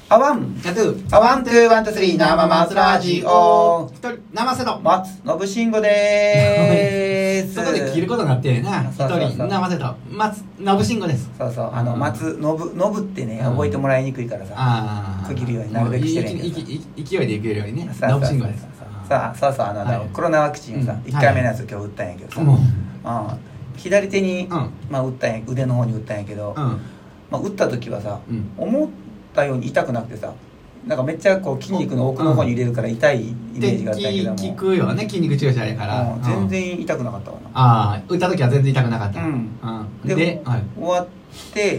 あワン、 やトゥあワン、ツー、ワン、ツー、スリー、生松ラジオ。 一人生瀬戸松信慎吾でーす。 そこで切ることになってな。一そうそうそう人生瀬戸松信慎吾です。 そうそう、松信ってね、覚えてもらいにくいからさ、区切るようになるべくしてるんやけど勢いでいけるようにね。 そうそう信慎吾です。 そうそう、 はいコロナワクチンをさ、1回目のやつ今日打ったんやけどさ、左手に、打ったんや、腕の方に打ったんやけど、打った時はさ、思ったように痛くなくてさ、なんかめっちゃこう筋肉の奥の方に入れるから痛いイメージがあったんやけども、 効くよね、筋肉注射やから全然痛くなかったわな。 ああ、打った時は全然痛くなかった。 で、終わって、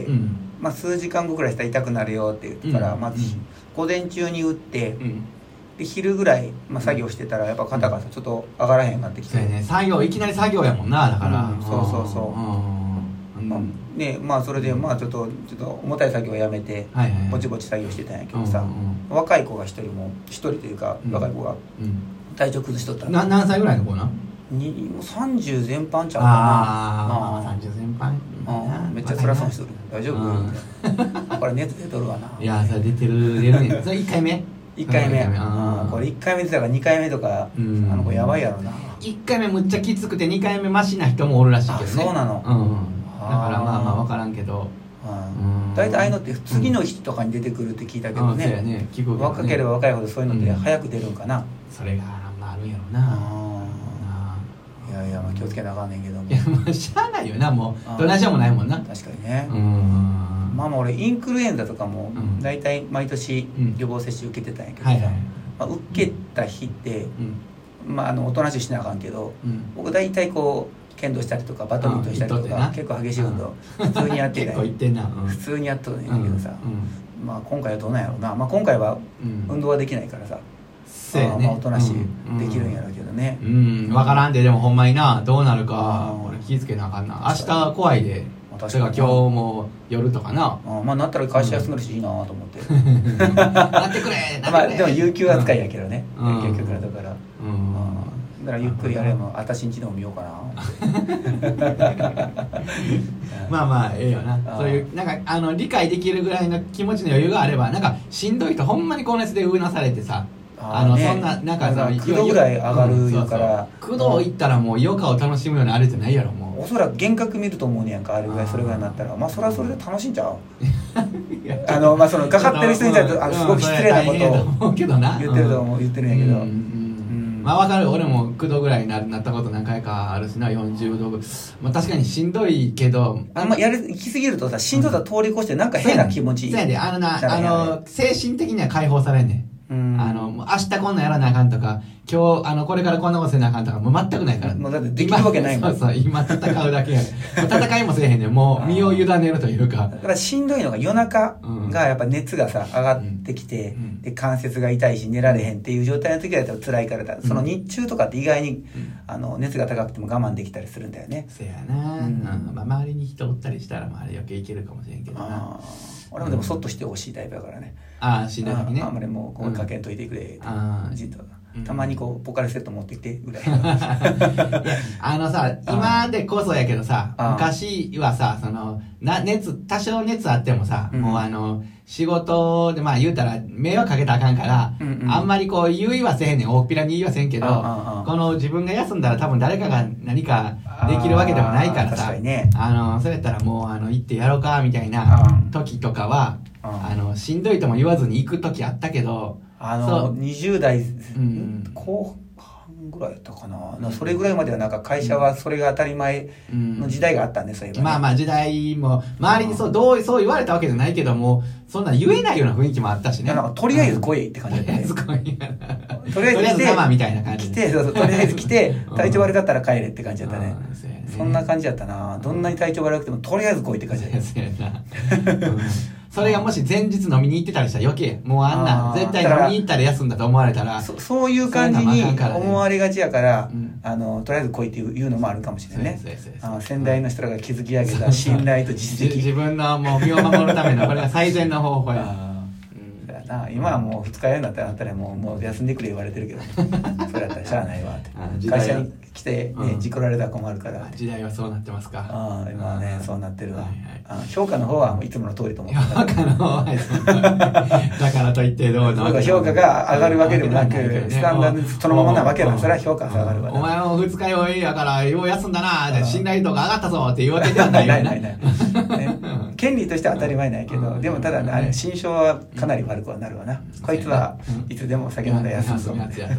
数時間後くらいしたら痛くなるよって言ってから、まず午前中に打って、で昼ぐらい、作業してたらやっぱ肩がさちょっと上がらへんなってきて、 いきなり作業やもんな、だから、 でそれでちょっと重たい作業をやめてぼちぼち作業してたんやけどさ、若い子が一人というか若い子が体調崩しとったら、 何歳ぐらいの子な 30前半ちゃうかな。 ああ、30前半めっちゃ辛そうにする。大丈夫？これ熱出とるわな。 いや、それ出るね。それ1回目 1回目、これ1回目出たから2回目とか、あの子やばいやろな。 1回目むっちゃきつくて2回目マシな人もおるらしいけどね。 そうなの。 だから分からんけど、 大体ああいうのって次の日とかに出てくるって聞いたけどね。若ければ若いほどそういうのって早く出るんかな。 それがあるんやろな。 いや気をつけなあかんねんけども。 いやしゃあないよな、もうどないしようもないもんな。 確かにね。俺インフルエンザとかも大体毎年予防接種受けてたんやけどさ、受けた日っておとなしいしなあかんけど、僕大体こう剣道したりとかバドミントンしたりとか結構激しい運動普通にやってたんや。普通にやっとるんやけどさ、今回はどうなんやろうな。今回は運動はできないからさ、おとなしいできるんやろうけどね。 分からんで、でもほんまにな、どうなるか俺気ぃつけなあかんな。明日怖いで。それが今日も夜とかな。 なったら会社休めるしいいなと思って。 なってくれ。 でも有給扱いやけどね。結局だから。だからゆっくりやれば私んちでも見ようかな。 ええよな。そういうなんか理解できるぐらいの気持ちの余裕があれば、なんかしんどい人ほんまに高熱でうなされてさ、そんななんかさ 9度ぐらい上がるから、 9度いったらもう余暇を楽しむようなあれじゃないやろ。もうおそらく幻覚見ると思うねやんか。あれぐらいそれぐらいになったらそれはそれで楽しいんちゃう。そのかかってる人に対してすごく失礼なことを言ってるんやけど、 分かる。俺も9度ぐらいになったこと何回かあるしな。40度確かにしんどいけど、 行き過ぎるとさ、しんどさ通り越してなんか変な気持ち。 そうやで、精神的には解放されんねん。明日こんなんやらなあかんとか、今日これからこんなことせなあかんとかもう全くないから。 もうだってできるわけないもん。 そう今戦うだけやで。戦いもせえへんねん。もう身を委ねるというか。 だからしんどいのが夜中がやっぱ熱がさ上がってきて、で関節が痛いし寝られへんっていう状態の時はやっぱ辛いからだ。その日中とかって意外に熱が高くても我慢できたりするんだよね。 せやな。周りに人おったりしたら余計いけるかもしれんけどな。 俺もでもそっとしてほしいタイプだからね。 しんどい時ね。 あんまりもう声かけんといてくれってじっとたまにこうポカリセット持ってきてぐらい。 今でこそやけどさ、昔はさ、多少熱あってもさ、もう仕事で言うたら迷惑かけたらあかんから、あんまりこう言いはせへんねん。大っぴらに言いはせんけど、この自分が休んだら多分誰かが何かできるわけでもないからさ、それやったらもう行ってやろうかみたいな時とかは、しんどいとも言わずに行く時あったけど、 20代後半ぐらいだったかな。それぐらいまではなんか会社はそれが当たり前の時代があったんですよ。 時代も周りにそう言われたわけじゃないけども、そんな言えないような雰囲気もあったしね。 とりあえず来いって感じだったね。 とりあえず生みたいな感じでとりあえず来て体調悪かったら帰れって感じだったね。そんな感じだったな。どんなに体調悪くてもとりあえず来いって感じだった。 それがもし前日飲みに行ってたりしたら余計、もうあんな絶対飲みに行ったら休んだと思われたら、 そういう感じに思われがちやから、とりあえず来いっていうのもあるかもしれないね。先代の人らが築き上げた信頼と実績、 自分のもう身を守るためのこれが最善の方法や。 今はもう2日やんだったらもう休んでくれ言われてるけど、それやったらしゃあないわって会社に来て事故られたら困るから。 時代はそうなってますか。 今はねそうなってるわ。評価の方はいつもの通りと思って評価の方はだからといってどうなわけ評価が上がるわけでもなく、スタンダードそのままなわけだから、それは評価が下がるわ。 お前も二日酔いやからよう休んだな、信頼度が上がったぞって言われてはないよな。 権利としては当たり前ないけど、でもただね、心象はかなり悪くはなるわな。こいつはいつでも酒飲んだら休むぞ。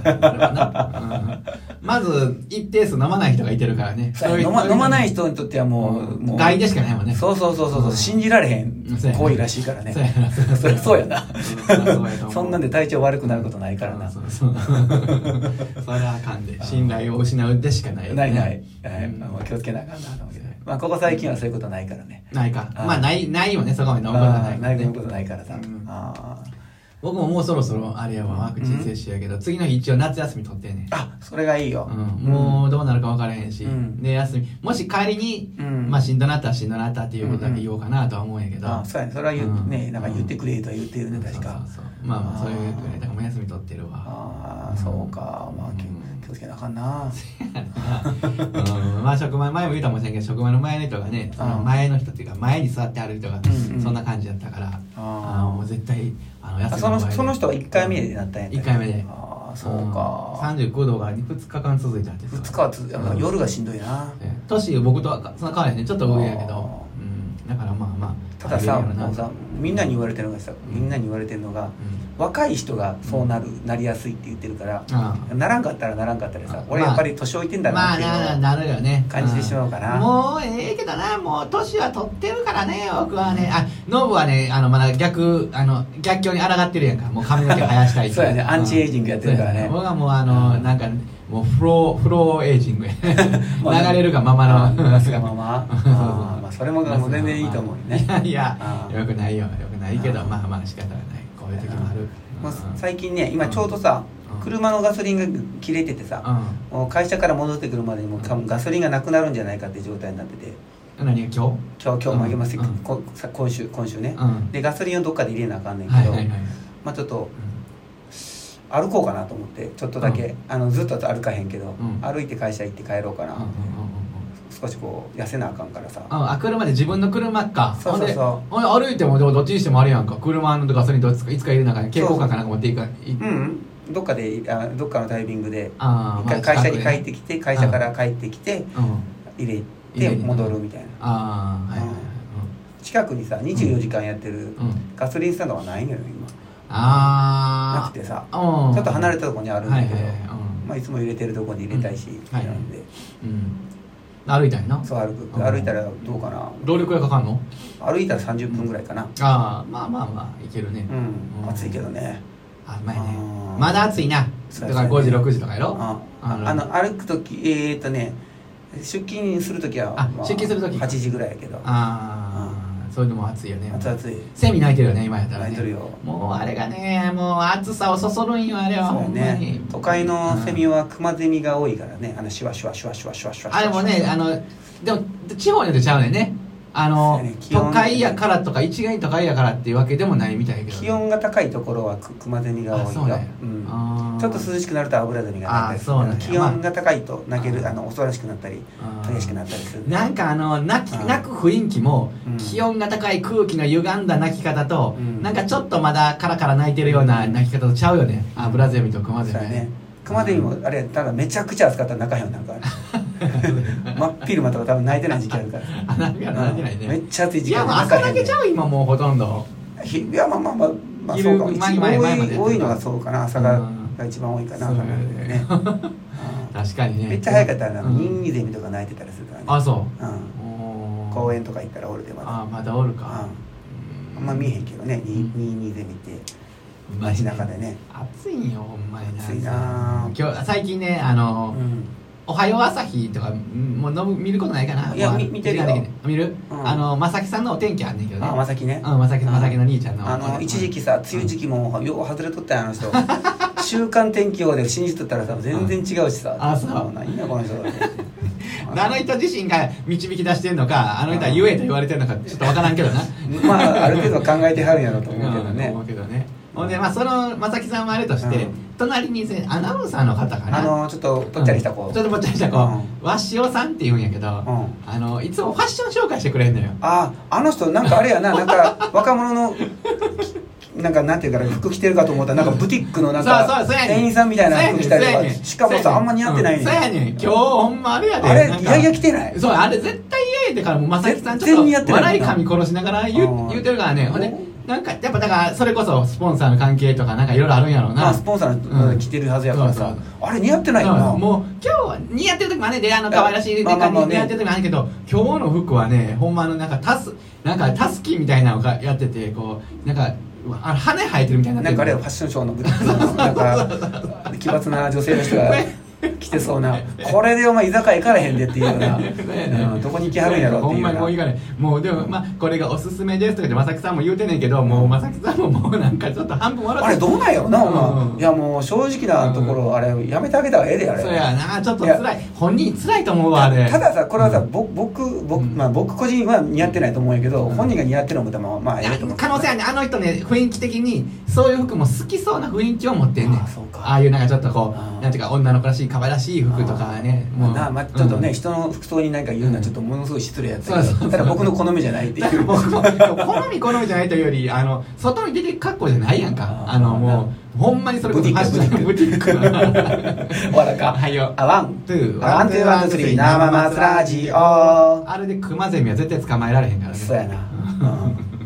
まず一定数飲まない人がいてるからね。 飲まない人にとってはもう害でしかないもんね。 そう信じられへん行為らしいからね。そうやな。そんなんで体調悪くなることないからな。 それはあかんで、信頼を失うでしかない。 ない。気をつけなあかんなと思うけど。まあここ最近はそういうことないからね。 ないか。まあないよね、そこまで飲むことないからね。 飲むことないからさ。 僕ももうそろそろあれやわ、ワクチン接種やけど、次の日一応夏休み取ってんねん。 あ、それがいいよ。 もうどうなるか分からへんし、で休みもし帰りにまあしんどなったっていうことだけ言おうかなとは思うんやけど、 そうやね、それはね、なんか言ってくれとは言ってるね、確か。 まあそういうくらいだからもう休み取ってるわ。 ああ、そうか。まあ気をつけなあかんな。 まあ職場前も言うたかもしれんけど、職場の前の人がね、前の人っていうか前に座ってある人がそんな感じだったから、もう絶対その人は1回目でなったんやった。 1回目で。 ああ、そうか。 39度が2日間続いたんですよ。 2日は続いた。夜がしんどいな。 年僕とはそんな変わらへんね、ちょっと上やけど、だからまあたださ、もうさ、みんなに言われてるのが、若い人がそうなりやすいって言ってるから、ならんかったらでさ、俺やっぱり年老いてんだなっていうなるよね、 感じてしまうかな。 もうええけどな、もう年は取ってるからね、僕はね。ノブはね、まだ逆境に抗ってるやんか、もう髪の毛生やしたいそうやね、アンチエイジングやってるからね。 僕はもうなんかもうフローエイジングや流れるがままの流すがまま。まあそれも全然いいと思うね。 いやよくないけど、まあ仕方がない、こういう時もある。 最近ね、今ちょうどさ、車のガソリンが切れててさ、会社から戻ってくるまでにも多分ガソリンがなくなるんじゃないかって状態になってて。 何が今日もあげます、今週ね。でガソリンをどっかで入れなあかんねんけど、まあちょっと歩こうかなと思って、ちょっとだけずっと歩かへんけど、歩いて会社行って帰ろうかな。少しこう痩せなあかんからさ。 車で自分の車か。 そう歩いてもどっちにしてもあれやんか。車のガソリンいつか入れながら蛍光管かなんか持っていくか。 どっかのタイミングで会社に帰ってきて、会社から帰ってきて入れて戻るみたいな。近くにさ24時間やってるガソリンスタンドはないのよ今。なくてさ、ちょっと離れたところにあるんだけど、まあいつも入れてるところに入れたいしなんで。 歩いたいな。 そう歩いたらどうかな。 労力がかかんの？ 歩いたら30分ぐらいかな。 まあいけるね。 暑いけどね。 前ね。まだ暑いな。だから5時6時とかやろ。 歩く時ね、出勤する時は出勤する時 8時ぐらいやけど。 それでも暑いよね。 暑い。 セミ鳴いてるよね、今やったらね。 鳴いてるよ。 もうあれがね、もう暑さをそそるんよ、あれは。 そうね。都会のセミはクマゼミが多いからね、シュワシュワシュワシュワシュワシュワ。 あれもね、でも地方によってちゃうねんね。都会やからとか一概に都会やからっていうわけでもないみたいやけど、 気温が高いところはクマゼミが多いよ。ちょっと涼しくなるとアブラゼミが鳴ったりする。気温が高いと鳴ける、おとなしくなったり激しくなったりする。 なんか鳴く雰囲気も気温が高い空気の歪んだ鳴き方と、なんかちょっとまだカラカラ鳴いてるような鳴き方とちゃうよね、アブラゼミとクマゼミね。 クマゼミもあれただめちゃくちゃ暑かったら鳴かへんようになるから真っ昼間とか多分泣いてない時期あるから。泣いてないね。めっちゃ暑い時期ある。 いや朝だけちゃう今もうほとんど。 いやまあそうか。多いのがそうかな、朝が一番多いかな。 確かにね。 めっちゃ早かったらニンニゼミとか泣いてたりするからね。 あ、そう。 公園とか行ったらおるでまだ。 まだおるか。 あんま見えへんけどね、ニンニゼミって街中でね。 暑いんよほんまに。 暑いな。 今日最近ねおはよう朝日とかもう見ることないかな。 いや見てるよ。 見る？まさきさんのお天気あんねんけどね。 まさきね。 まさきの兄ちゃんの。 一時期さ、梅雨時期もよう外れとったやん人。週間天気予報で信じとったらさ全然違うしさ。 そう。 何やこの人。 あの人自身が導き出してんのか、あの人は言えと言われてんのかちょっとわからんけどな。 まあある程度考えてはるんやろと思うけどね。 思うけどね。ほんでその正木さんはあれとして、隣にアナウンサーの方かな、 ちょっとぽっちゃりした子、 わっしおさんって言うんやけど、いつもファッション紹介してくれんのよ。 あの人なんかあれやな、なんか若者のなんかなんていうか服着てるかと思ったらなんかブティックのなんか店員さんみたいな服着たりとかしかもさあんま似合ってないねん。 そうやねん今日ほんまあれやであれいやいや着てない。 そうあれ絶対嫌やでからもう正木さんちょっと笑い髪殺しながら言うてるからね。ほんでなんかやっぱだからそれこそスポンサーの関係とかなんかいろいろあるんやろうな。 スポンサーの着てるはずやからさあれ似合ってないよな。 もう今日は似合ってる時もあねで可愛らしい似合ってる時もあるけど今日の服はねほんまなんかタスキみたいなのがやっててこうなんか羽生えてるみたいななんかあれファッションショーのなんか奇抜な女性の人が来てそうなこれでお前居酒屋行かれへんでっていうようなどこに行きはるんやろっていうほんまにもういいかねもうでもまあこれがおすすめですとかで正木さんも言うてんねんけどもう正木さんももうなんかちょっと半分笑ってあれどうなんやろなお前いやもう正直なところあれやめてあげた方がええであれそうやなちょっと辛い本人辛いと思うわあれたださこれはさ僕個人は似合ってないと思うんやけど本人が似合ってるのもまあええと思う可能性はねあの人ね雰囲気的にそういう服も好きそうな雰囲気を持ってんねんああいうなんかちょっとこうなんていうか女の子らしい可愛らしい服とかねもうちょっとね人の服装に何か言うのはちょっとものすごい失礼やったけどただ僕の好みじゃないっていう僕も好みじゃないというより外に出ていく格好じゃないやんかもうほんまにそれこそブティックわらかはいよワンツーワンツースリー生松ラジオあれでクマゼミは絶対捕まえられへんからねそうやな